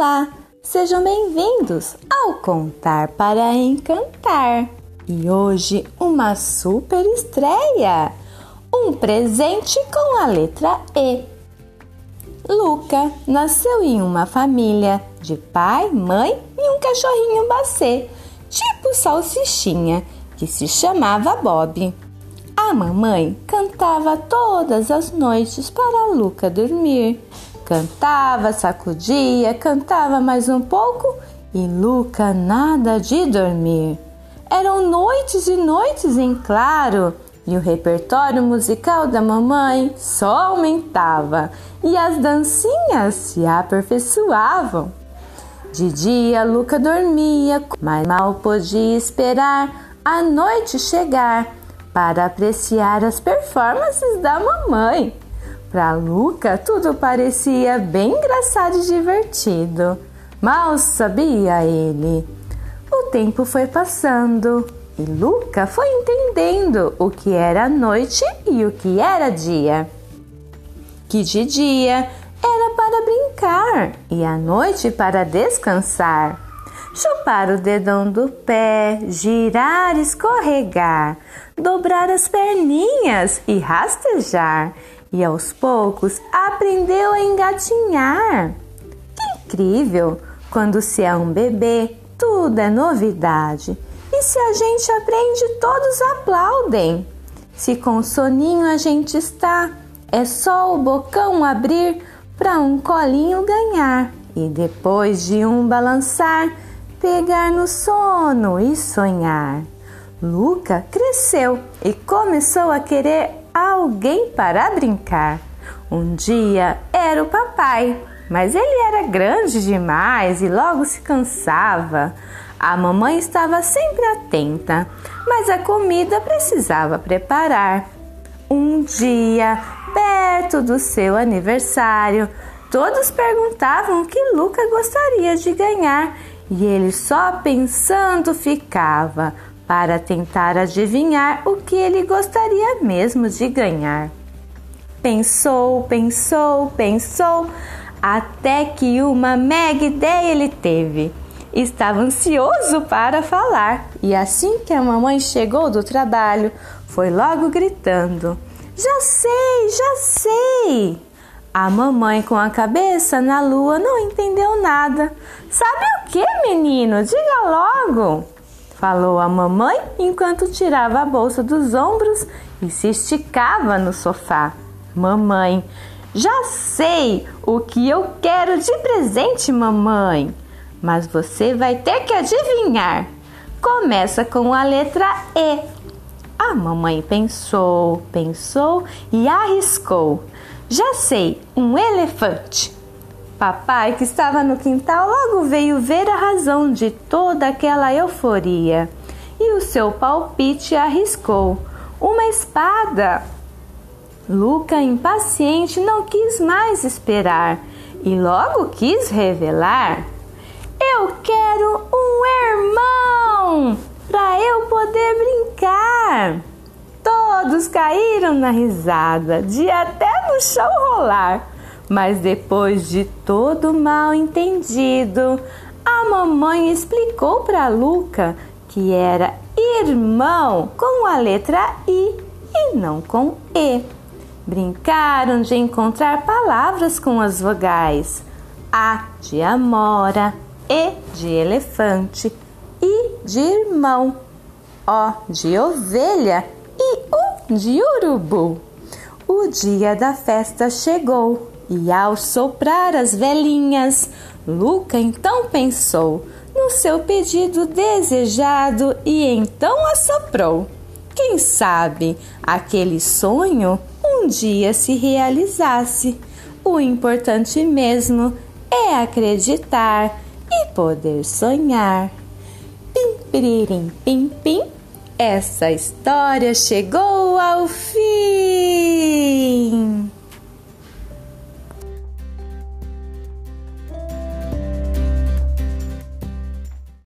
Olá, sejam bem-vindos ao Contar para Encantar. E hoje uma super estreia, um presente com a letra E. Luca nasceu em uma família de pai, mãe e um cachorrinho bacê, tipo salsichinha, que se chamava Bob. A mamãe cantava todas as noites para Luca dormir. Cantava, sacudia, cantava mais um pouco e Luca nada de dormir. Eram noites e noites em claro e o repertório musical da mamãe só aumentava e as dancinhas se aperfeiçoavam. De dia Luca dormia, mas mal podia esperar a noite chegar para apreciar as performances da mamãe. Para Luca, tudo parecia bem engraçado e divertido. Mal sabia ele. O tempo foi passando e Luca foi entendendo o que era noite e o que era dia. Que de dia era para brincar e à noite para descansar. Chupar o dedão do pé, girar, escorregar, dobrar as perninhas e rastejar. E aos poucos aprendeu a engatinhar. Que incrível! Quando se é um bebê, tudo é novidade. E se a gente aprende, todos aplaudem. Se com soninho a gente está, é só o bocão abrir para um colinho ganhar. E depois de um balançar, pegar no sono e sonhar. Luca cresceu e começou a querer alguém para brincar. Um dia era o papai, mas ele era grande demais e logo se cansava. A mamãe estava sempre atenta, mas a comida precisava preparar. Um dia, perto do seu aniversário, todos perguntavam o que Luca gostaria de ganhar e ele só pensando ficava para tentar adivinhar o que ele gostaria mesmo de ganhar. Pensou, até que uma mega ideia ele teve. Estava ansioso para falar e assim que a mamãe chegou do trabalho, foi logo gritando: Já sei! A mamãe, com a cabeça na lua, não entendeu nada. Sabe o que, menino? Diga logo! Falou a mamãe enquanto tirava a bolsa dos ombros e se esticava no sofá. Mamãe: Já sei o que eu quero de presente, mamãe. Mas você vai ter que adivinhar. Começa com a letra E. A mamãe pensou e arriscou. Já sei, um elefante. Papai, que estava no quintal, logo veio ver a razão de toda aquela euforia. E o seu palpite arriscou: uma espada. Luca, impaciente, não quis mais esperar e logo quis revelar: Eu quero um irmão para eu poder brincar. Todos caíram na risada, de até no chão rolar. Mas depois de todo mal entendido, a mamãe explicou para Luca que era irmão com a letra I e não com E. Brincaram de encontrar palavras com as vogais: A de amora, E de elefante, I de irmão, O de ovelha e U de urubu. O dia da festa chegou e ao soprar as velinhas, Luca então pensou no seu pedido desejado e então assoprou. Quem sabe aquele sonho um dia se realizasse. O importante mesmo é acreditar e poder sonhar. Pim, piririm, pim, pim. Essa história chegou ao fim.